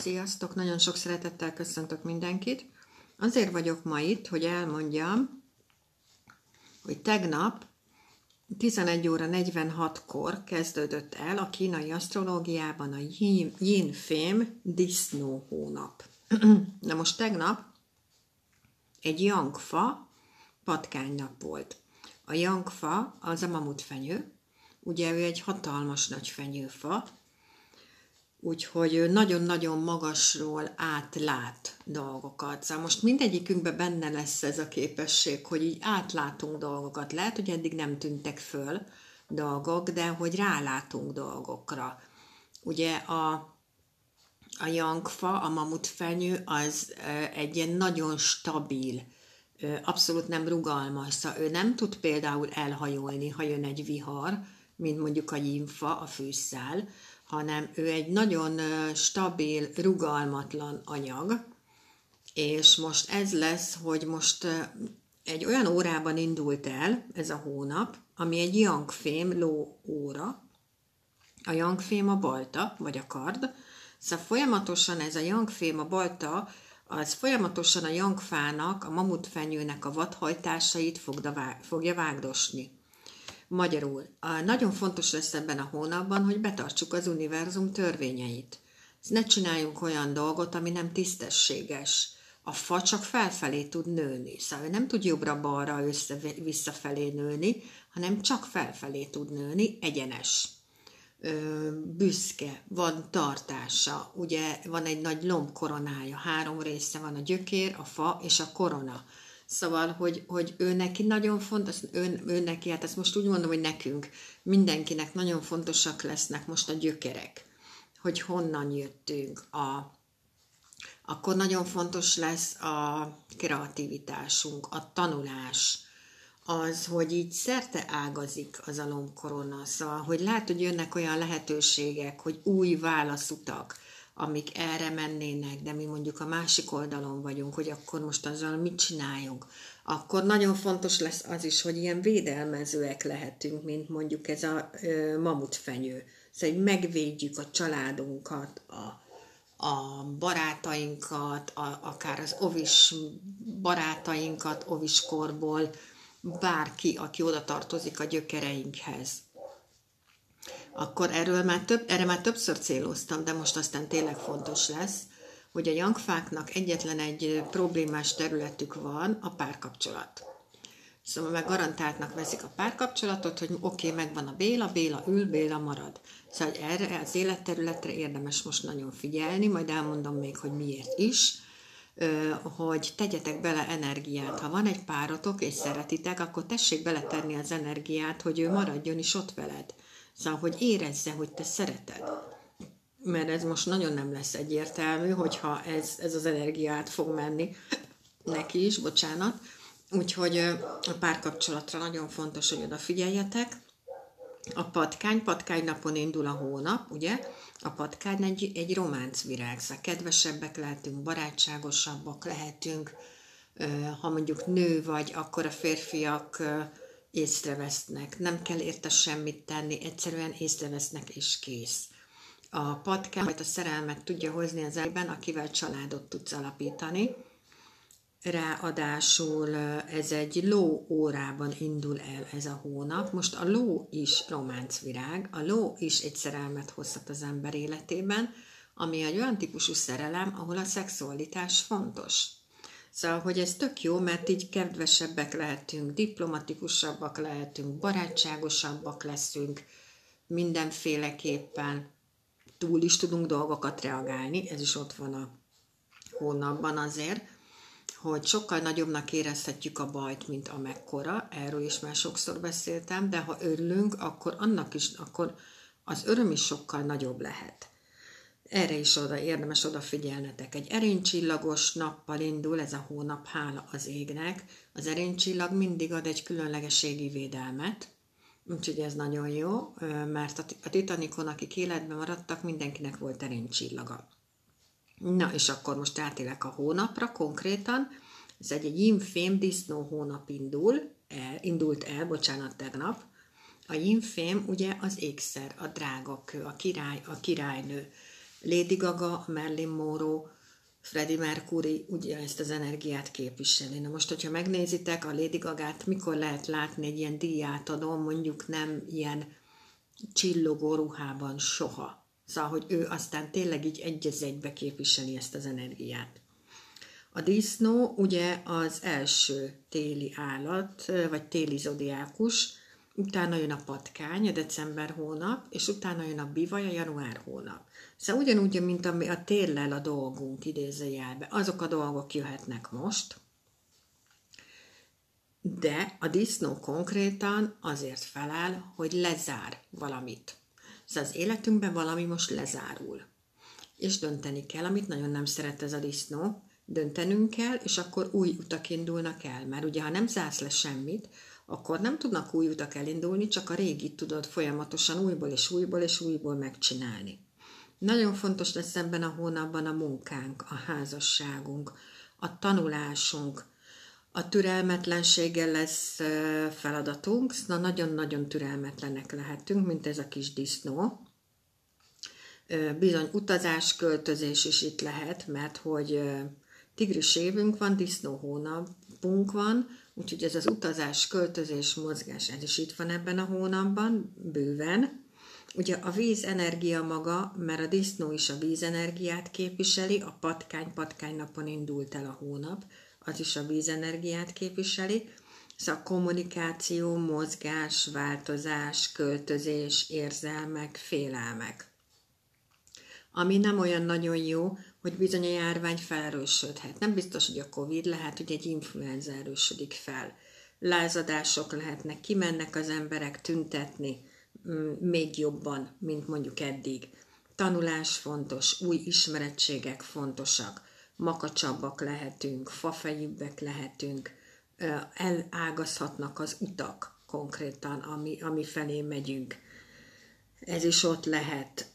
Sziasztok! Nagyon sok szeretettel köszöntök mindenkit. Azért vagyok ma itt, hogy elmondjam, hogy tegnap 11 óra 46-kor kezdődött el a kínai asztrológiában a Yin-Fém disznó hónap. Na most tegnap egy jangfa patkánynap volt. A jangfa az a mamutfenyő, ugye ő egy hatalmas nagy fenyőfa, úgyhogy nagyon-nagyon magasról átlát dolgokat. Szóval most mindegyikünkben benne lesz ez a képesség, hogy így átlátunk dolgokat. Lehet, hogy eddig nem tűntek föl dolgok, de hogy rálátunk dolgokra. Ugye a jangfa, a mamutfenyő az egy ilyen nagyon stabil, abszolút nem rugalmas. Szóval ő nem tud például elhajolni, ha jön egy vihar, mint mondjuk a jínfa, a fűszál, hanem ő egy nagyon stabil, rugalmatlan anyag, és most ez lesz, hogy most egy olyan órában indult el ez a hónap, ami egy Yang-fém ló óra. A Yang-fém a balta, vagy a kard, szóval folyamatosan ez a Yang-fém a balta, az folyamatosan a jangfának, a mamutfenyőnek a vadhajtásait fogja vágdosni. Magyarul, nagyon fontos lesz ebben a hónapban, hogy betartsuk az univerzum törvényeit. Ne csináljunk olyan dolgot, ami nem tisztességes. A fa csak felfelé tud nőni, szóval nem tud jobbra-balra visszafelé nőni, hanem csak felfelé tud nőni, egyenes. Büszke, van tartása, ugye van egy nagy lombkoronája, 3 része van, a gyökér, a fa és a korona. Szóval, hogy ő neki nagyon fontos, ő neki, hát ezt most úgy mondom, hogy nekünk, mindenkinek nagyon fontosak lesznek most a gyökerek, hogy honnan jöttünk. Akkor nagyon fontos lesz a kreativitásunk, a tanulás, az, hogy így szerte ágazik az a lombkorona. Szóval, hogy lehet, hogy jönnek olyan lehetőségek, hogy új válaszutak, amik erre mennének, de mi mondjuk a másik oldalon vagyunk, hogy akkor most azzal mit csináljunk. Akkor nagyon fontos lesz az is, hogy ilyen védelmezőek lehetünk, mint mondjuk ez a mamutfenyő. Szóval, hogy megvédjük a családunkat, a barátainkat, akár az ovis barátainkat, oviskorból, bárki, aki oda tartozik a gyökereinkhez. Akkor erre már többször céloztam, de most aztán tényleg fontos lesz, hogy a jangfáknak egyetlen egy problémás területük van, a párkapcsolat. Szóval meg garantáltnak veszik a párkapcsolatot, hogy oké, megvan a Béla ül, Béla marad. Szóval erre az életterületre érdemes most nagyon figyelni, majd elmondom még, hogy miért is, hogy tegyetek bele energiát. Ha van egy párotok és szeretitek, akkor tessék beletenni az energiát, hogy ő maradjon is ott veled. Szóval, hogy érezze, hogy te szereted. Mert ez most nagyon nem lesz egyértelmű, hogyha ez az energia át fog menni neki is, bocsánat. Úgyhogy a párkapcsolatra nagyon fontos, hogy odafigyeljetek. A patkány napon indul a hónap, ugye? A patkány egy románcvirág, szóval kedvesebbek lehetünk, barátságosabbak lehetünk. Ha mondjuk nő vagy, akkor a férfiak észrevesznek, nem kell érte semmit tenni, egyszerűen észrevesznek és kész. A patkány a szerelmet tudja hozni az emberben, akivel családot tudsz alapítani. Ráadásul ez egy ló órában indul el ez a hónap. Most a ló is románcvirág, a ló is egy szerelmet hozhat az ember életében, ami egy olyan típusú szerelem, ahol a szexualitás fontos. Szóval, hogy ez tök jó, mert így kedvesebbek lehetünk, diplomatikusabbak lehetünk, barátságosabbak leszünk, mindenféleképpen túl is tudunk dolgokat reagálni, ez is ott van a hónapban azért, hogy sokkal nagyobbnak érezhetjük a bajt, mint amekkora, erről is már sokszor beszéltem, de ha örülünk, akkor akkor az öröm is sokkal nagyobb lehet. Erre is érdemes odafigyelnetek. Egy erénycsillagos nappal indul ez a hónap, hála az égnek. Az erénycsillag mindig ad egy különlegességi védelmet, úgyhogy ez nagyon jó, mert a Titanicon, akik életben maradtak, mindenkinek volt erénycsillaga. Na, és akkor most átélek a hónapra konkrétan. Ez egy Yin-Fém disznó hónap indult el tegnap. A Yin-Fém ugye az ékszer, a drágakő, a királynő. Lady Gaga, Marilyn Monroe, Freddie Mercury ugye ezt az energiát képviseli. Na most, hogyha megnézitek a Lady Gagát, mikor lehet látni egy ilyen díjátadón, mondjuk nem ilyen csillogó ruhában soha. Szóval, hogy ő aztán tényleg így egy az egybe képviseli ezt az energiát. A disznó ugye az első téli állat, vagy téli zodiákus, utána jön a patkány, a december hónap, és utána jön a bivaj, a január hónap. Szóval ugyanúgy, mint ami a téllel a dolgunk idézőjelbe, azok a dolgok jöhetnek most, de a disznó konkrétan azért felel, hogy lezár valamit. Szóval az életünkben valami most lezárul. És dönteni kell, amit nagyon nem szeret ez a disznó, döntenünk kell, és akkor új utak indulnak el. Mert ugye, ha nem zársz le semmit, akkor nem tudnak új utak elindulni, csak a régit tudod folyamatosan újból és újból és újból megcsinálni. Nagyon fontos lesz ebben a hónapban a munkánk, a házasságunk, a tanulásunk, a türelmetlenséggel lesz feladatunk, szóval nagyon-nagyon türelmetlenek lehetünk, mint ez a kis disznó. Bizony utazás, költözés is itt lehet, mert hogy tigris évünk van, disznó hónapunk van, úgyhogy ez az utazás, költözés, mozgás, ez is itt van ebben a hónapban, bőven. Ugye a vízenergia maga, mert a disznó is a vízenergiát képviseli, a patkány napon indult el a hónap, az is a vízenergiát képviseli, szóval kommunikáció, mozgás, változás, költözés, érzelmek, félelmek. Ami nem olyan nagyon jó, hogy bizony a járvány felerősödhet. Nem biztos, hogy a Covid, lehet, hogy egy influenza erősödik fel. Lázadások lehetnek, kimennek az emberek tüntetni még jobban, mint mondjuk eddig. Tanulás fontos, új ismerettségek fontosak, makacsabbak lehetünk, fafejűbbek lehetünk, elágazhatnak az utak konkrétan, ami felé megyünk. Ez is ott lehet.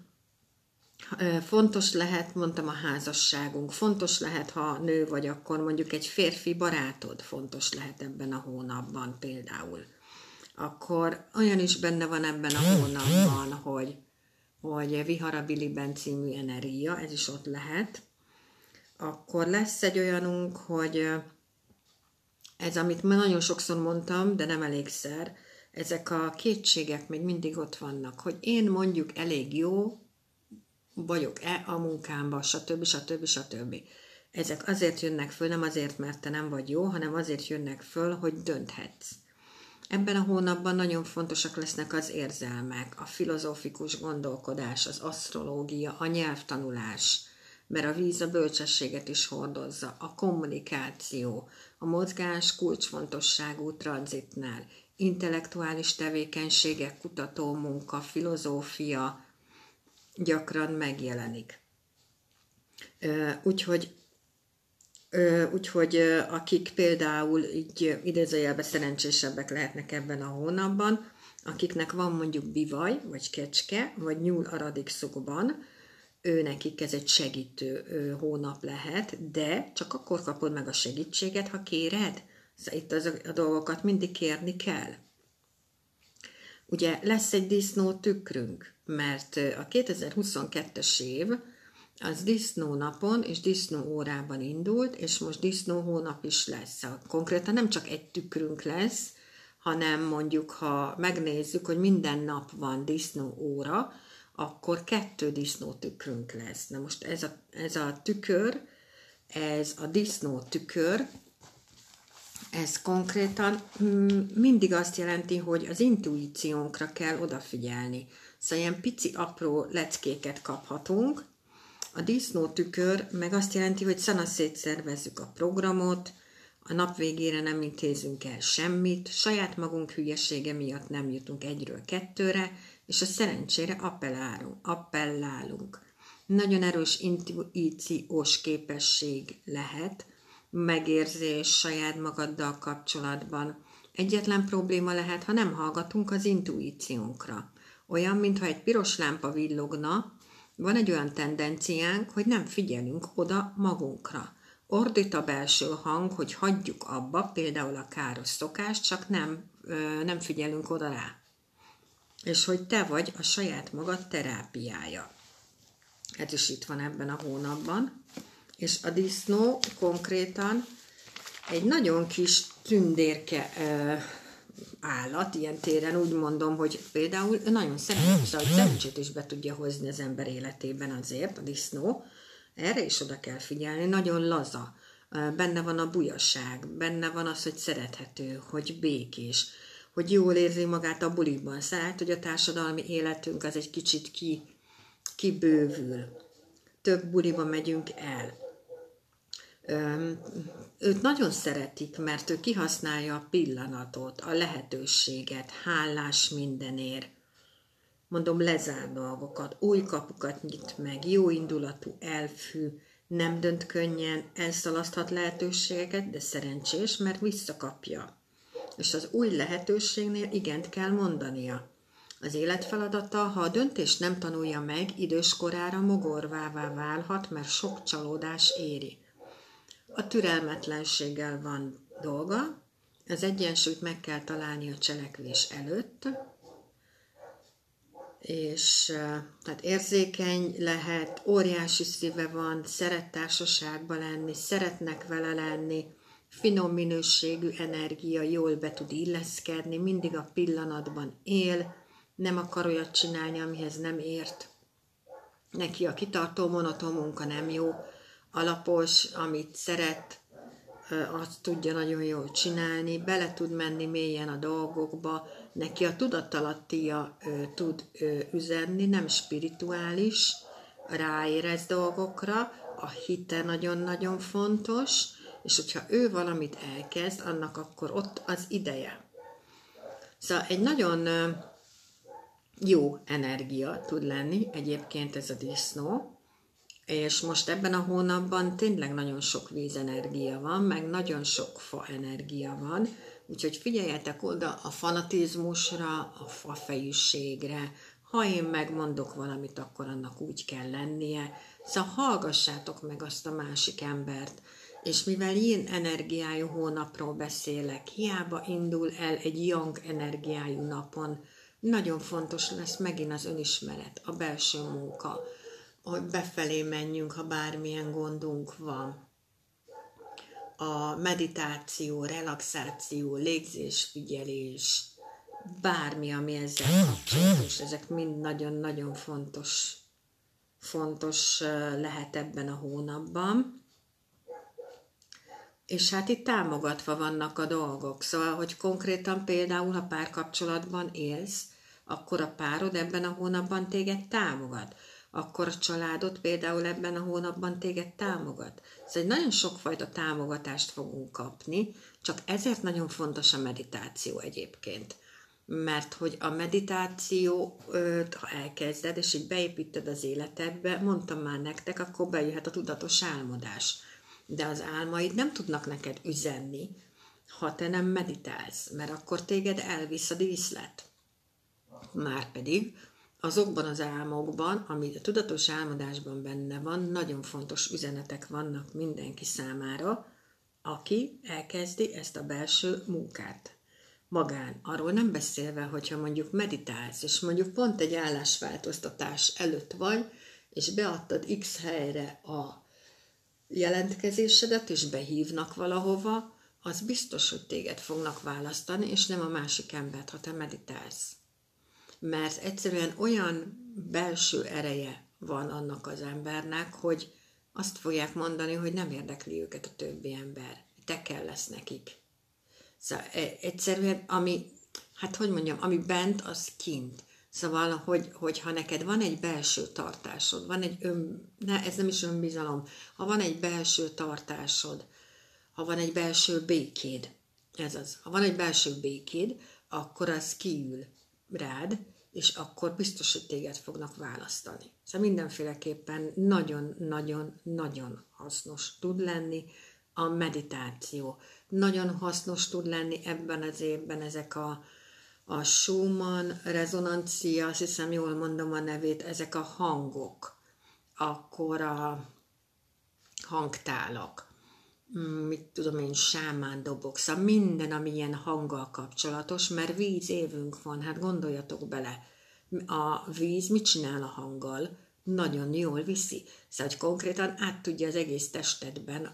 Fontos lehet, mondtam, a házasságunk, fontos lehet, ha nő vagy, akkor mondjuk egy férfi barátod fontos lehet ebben a hónapban például. Akkor olyan is benne van ebben a hónapban, hogy Viharabiliben című energia, ez is ott lehet. Akkor lesz egy olyanunk, hogy ez, amit már nagyon sokszor mondtam, de nem elégszer, ezek a kétségek még mindig ott vannak, hogy én mondjuk elég jó vagyok-e a munkámban, stb. Ezek azért jönnek föl, nem azért, mert te nem vagy jó, hanem azért jönnek föl, hogy dönthetsz. Ebben a hónapban nagyon fontosak lesznek az érzelmek, a filozófikus gondolkodás, az asztrológia, a nyelvtanulás, mert a víz a bölcsességet is hordozza, a kommunikáció, a mozgás kulcsfontosságú tranzitnál, intellektuális tevékenységek, kutató munka, filozófia gyakran megjelenik. Úgyhogy akik például így idézőjelben szerencsésebbek lehetnek ebben a hónapban, akiknek van mondjuk bivaj, vagy kecske, vagy nyúl aradik szukban, nekik ez egy segítő hónap lehet, de csak akkor kapod meg a segítséget, ha kéred. Szóval itt a dolgokat mindig kérni kell. Ugye lesz egy disznó tükrünk, mert a 2022-es év az disznó napon és disznó órában indult, és most disznó hónap is lesz. Konkrétan nem csak egy tükrünk lesz, hanem mondjuk, ha megnézzük, hogy minden nap van disznó óra, akkor 2 disznó tükrünk lesz. Na most ez a tükör, ez a disznó tükör, ez konkrétan mindig azt jelenti, hogy az intuíciónkra kell odafigyelni. Szóval ilyen pici, apró leckéket kaphatunk. A disznó tükör meg azt jelenti, hogy szanaszét szervezzük a programot, a nap végére nem intézünk el semmit, saját magunk hülyesége miatt nem jutunk 1-ről 2-re, és a szerencsére appellálunk. Nagyon erős intuíciós képesség lehet, megérzés saját magaddal kapcsolatban. Egyetlen probléma lehet, ha nem hallgatunk az intuíciónkra. Olyan, mintha egy piros lámpa villogna, van egy olyan tendenciánk, hogy nem figyelünk oda magunkra. Ordít a belső hang, hogy hagyjuk abba, például a káros szokást, csak nem figyelünk oda rá. És hogy te vagy a saját magad terápiája. ez is itt van ebben a hónapban. És a disznó konkrétan egy nagyon kis tündérke állat, ilyen téren úgy mondom, hogy például nagyon szerencsét is be tudja hozni az ember életében azért, a disznó. Erre is oda kell figyelni, nagyon laza. Benne van a bujaság, benne van az, hogy szerethető, hogy békés, hogy jól érzi magát a bulikban. Szóval, hogy a társadalmi életünk az egy kicsit kibővül. Több buliba megyünk el. Őt nagyon szeretik, mert ő kihasználja a pillanatot, a lehetőséget, hálás mindenért. Mondom, lezár dolgokat, új kapukat nyit meg, jó indulatú, elfű, nem dönt könnyen, elszalaszthat lehetőségeket, de szerencsés, mert visszakapja. És az új lehetőségnél igent kell mondania. Az életfeladata, ha a döntést nem tanulja meg, időskorára mogorvává válhat, mert sok csalódás éri. A türelmetlenséggel van dolga, az egyensúlyt meg kell találni a cselekvés előtt, és tehát érzékeny lehet, óriási szíve van, szeret társaságban lenni, szeretnek vele lenni, finom minőségű energia, jól be tud illeszkedni, mindig a pillanatban él, nem akar olyat csinálni, amihez nem ért. Neki a kitartó, monoton munka nem jó, alapos, amit szeret, azt tudja nagyon jól csinálni, bele tud menni mélyen a dolgokba, neki a tudatalattia tud üzenni, nem spirituális, ráérez dolgokra, a hite nagyon-nagyon fontos, és hogyha ő valamit elkezd, annak akkor ott az ideje. Szóval egy nagyon jó energia tud lenni egyébként ez a disznó, és most ebben a hónapban tényleg nagyon sok vízenergia van, meg nagyon sok faenergia van, úgyhogy figyeljetek oda a fanatizmusra, a fafejűségre. Ha én megmondok valamit, akkor annak úgy kell lennie. Szóval hallgassátok meg azt a másik embert. És mivel ilyen energiájú hónapról beszélek, hiába indul el egy yang energiájú napon, nagyon fontos lesz megint az önismeret, a belső munka, hogy befelé menjünk, ha bármilyen gondunk van. A meditáció, relaxáció, légzésfigyelés, bármi, ami ezzel kapcsolatos, ezek mind nagyon-nagyon fontos lehet ebben a hónapban. És hát itt támogatva vannak a dolgok. Szóval, hogy konkrétan például, ha párkapcsolatban élsz, akkor a párod ebben a hónapban téged támogat. Akkor a családod például ebben a hónapban téged támogat. Szóval nagyon sokfajta támogatást fogunk kapni, csak ezért nagyon fontos a meditáció egyébként. Mert hogy a meditáció, ha elkezded, és így beépíted az életedbe, mondtam már nektek, akkor bejöhet a tudatos álmodás. De az álmaid nem tudnak neked üzenni, ha te nem meditálsz, mert akkor téged elvisz a díszlet. Márpedig azokban az álmokban, ami a tudatos álmodásban benne van, nagyon fontos üzenetek vannak mindenki számára, aki elkezdi ezt a belső munkát. Magán. Arról nem beszélve, hogyha mondjuk meditálsz, és mondjuk pont egy állásváltoztatás előtt vagy, és beadtad X helyre a jelentkezésedet, és behívnak valahova, az biztos, hogy téged fognak választani, és nem a másik embert, ha te meditálsz. Mert egyszerűen olyan belső ereje van annak az embernek, hogy azt fogják mondani, hogy nem érdekli őket a többi ember. Te kell lesz nekik. Szóval egyszerűen, ami bent, az kint. Szóval, hogy ha neked van egy belső tartásod, van egy ez nem is önbizalom, ha van egy belső tartásod, ha van egy belső békéd, ha van egy belső békéd, akkor az kiül rád, és akkor biztos, hogy téged fognak választani. Szóval mindenféleképpen nagyon-nagyon-nagyon hasznos tud lenni a meditáció. Nagyon hasznos tud lenni ebben az évben ezek a Schumann rezonancia, azt hiszem jól mondom a nevét, ezek a hangok, akkor a hangtálak, mit tudom én, sámán dobok, szóval minden, ami ilyen hanggal kapcsolatos, mert víz évünk van, hát gondoljatok bele, a víz mit csinál a hanggal? nagyon jól viszi. Szóval, hogy konkrétan át tudja az egész testedben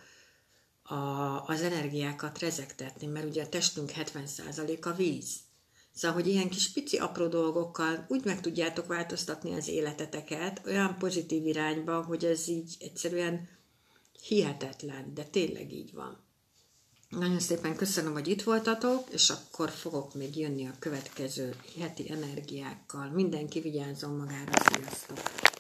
az energiákat rezegtetni, mert ugye a testünk 70%-a víz. Szóval, hogy ilyen kis pici apró dolgokkal úgy meg tudjátok változtatni az életeteket olyan pozitív irányba, hogy ez így egyszerűen hihetetlen, de tényleg így van. Nagyon szépen köszönöm, hogy itt voltatok, és akkor fogok még jönni a következő heti energiákkal. Mindenki vigyázzon magára, sziasztok!